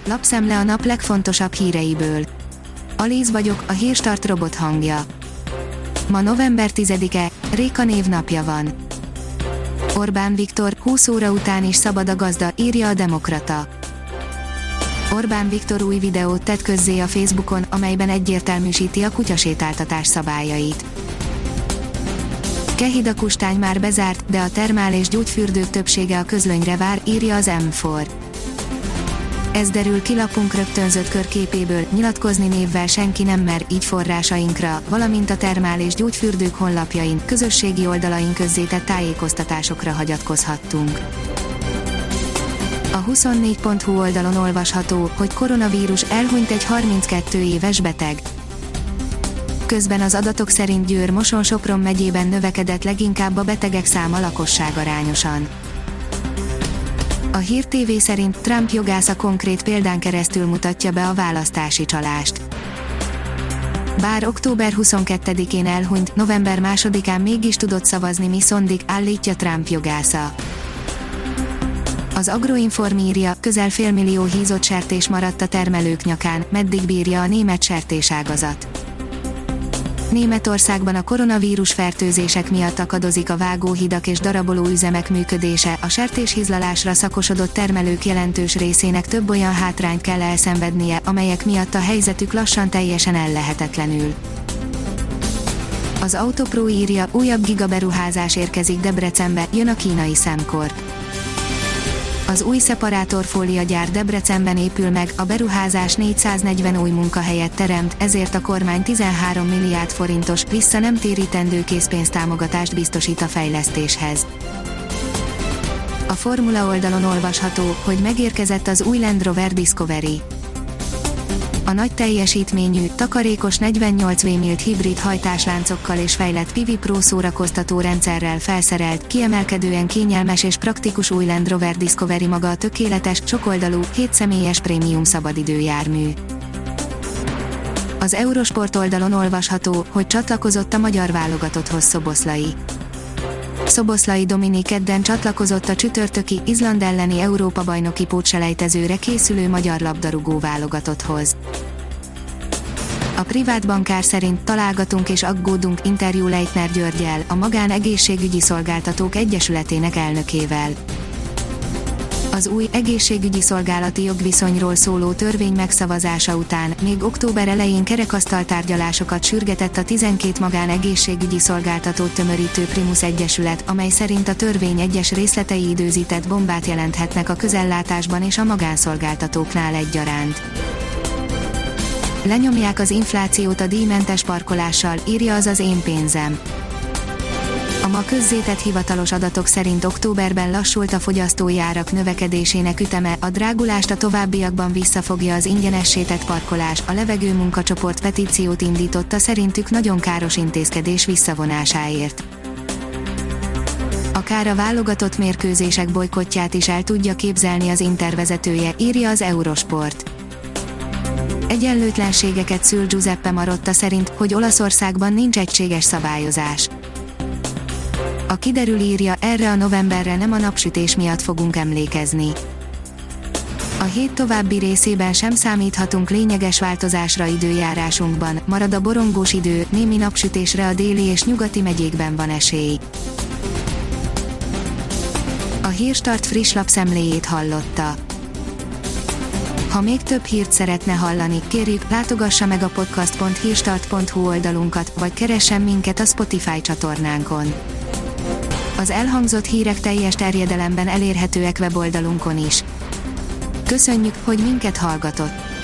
Lapszemle a nap legfontosabb híreiből. Alíz vagyok, a Hírstart robot hangja. Ma november 10-e, Réka névnapja van. Orbán Viktor, 20 óra után is szabad a gazda, írja a Demokrata. Orbán Viktor új videót tett közzé a Facebookon, amelyben egyértelműsíti a kutyasétáltatás szabályait. Kehida kustány már bezárt, de a termál- és gyógyfürdők többsége a közlönyre vár, írja az M4. Ez derül ki lapunk rögtönzött körképéből, nyilatkozni névvel senki nem mer, így forrásainkra, valamint a termál- és gyógyfürdők honlapjain, közösségi oldalain közzétett tájékoztatásokra hagyatkozhattunk. A 24.hu oldalon olvasható, hogy koronavírus, elhunyt egy 32 éves beteg. Közben az adatok szerint Győr-Moson-Sopron megyében növekedett leginkább a betegek száma lakosságarányosan. A Hír TV szerint Trump jogásza konkrét példán keresztül mutatja be a választási csalást. Bár október 22-én elhunyt, november 2-án mégis tudott szavazni Miss Sondig, állítja Trump jogásza. Az Agroinform írja, közel 500 000 hízott sertés maradt a termelők nyakán, meddig bírja a német sertéságazat. Németországban a koronavírus fertőzések miatt akadozik a vágóhidak és daraboló üzemek működése, a sertéshizlalásra szakosodott termelők jelentős részének több olyan hátrányt kell elszenvednie, amelyek miatt a helyzetük lassan teljesen ellehetetlenül. Az Autopro írja, újabb gigaberuházás érkezik Debrecenbe, jön a kínai Semcorp. Az új szeparátorfólia-gyár Debrecenben épül meg, a beruházás 440 új munkahelyet teremt, ezért a kormány 13 milliárd forintos, vissza nem térítendő készpénztámogatást biztosít a fejlesztéshez. A Formula oldalon olvasható, hogy megérkezett az új Land Rover Discovery. A nagy teljesítményű, takarékos 48 V-mild hibrid hajtásláncokkal és fejlett Pivi Pro szórakoztató rendszerrel felszerelt, kiemelkedően kényelmes és praktikus új Land Rover Discovery maga a tökéletes, sokoldalú, 7 személyes prémium szabadidőjármű. Az Eurosport oldalon olvasható, hogy csatlakozott a magyar válogatotthoz Szoboszlai. Szoboszlai Dominik kedden csatlakozott a csütörtöki, Izland elleni Európa-bajnoki pótselejtezőre készülő magyar labdarúgó válogatotthoz. A privát bankár szerint találgatunk és aggódunk, interjú Leitner Györggyel, a Magánegészségügyi Szolgáltatók Egyesületének elnökével. Az új egészségügyi szolgálati jogviszonyról szóló törvény megszavazása után még október elején kerekasztal tárgyalásokat sürgetett a 12 magánegészségügyi szolgáltatót tömörítő Primus Egyesület, amely szerint a törvény egyes részletei időzített bombát jelenthetnek a közellátásban és a magánszolgáltatóknál egyaránt. Lenyomják az inflációt a díjmentes parkolással, írja az Én pénzem. A ma közzétett hivatalos adatok szerint októberben lassult a fogyasztói árak növekedésének üteme, a drágulást a továbbiakban visszafogja az ingyenessé tett parkolás, a levegő munkacsoport petíciót indította szerintük nagyon káros intézkedés visszavonásáért. Akár a válogatott mérkőzések bojkottját is el tudja képzelni az Inter vezetője, írja az Eurosport. Egyenlőtlenségeket szül Giuseppe Marotta szerint, hogy Olaszországban nincs egységes szabályozás. A Kiderül írja, erre a novemberre nem a napsütés miatt fogunk emlékezni. A hét további részében sem számíthatunk lényeges változásra időjárásunkban, marad a borongós idő, némi napsütésre a déli és nyugati megyékben van esély. A Hírstart friss lapszemléjét hallotta. Ha még több hírt szeretne hallani, kérjük, látogassa meg a podcast.hírstart.hu oldalunkat, vagy keressen minket a Spotify csatornánkon. Az elhangzott hírek teljes terjedelemben elérhetőek weboldalunkon is. Köszönjük, hogy minket hallgatott!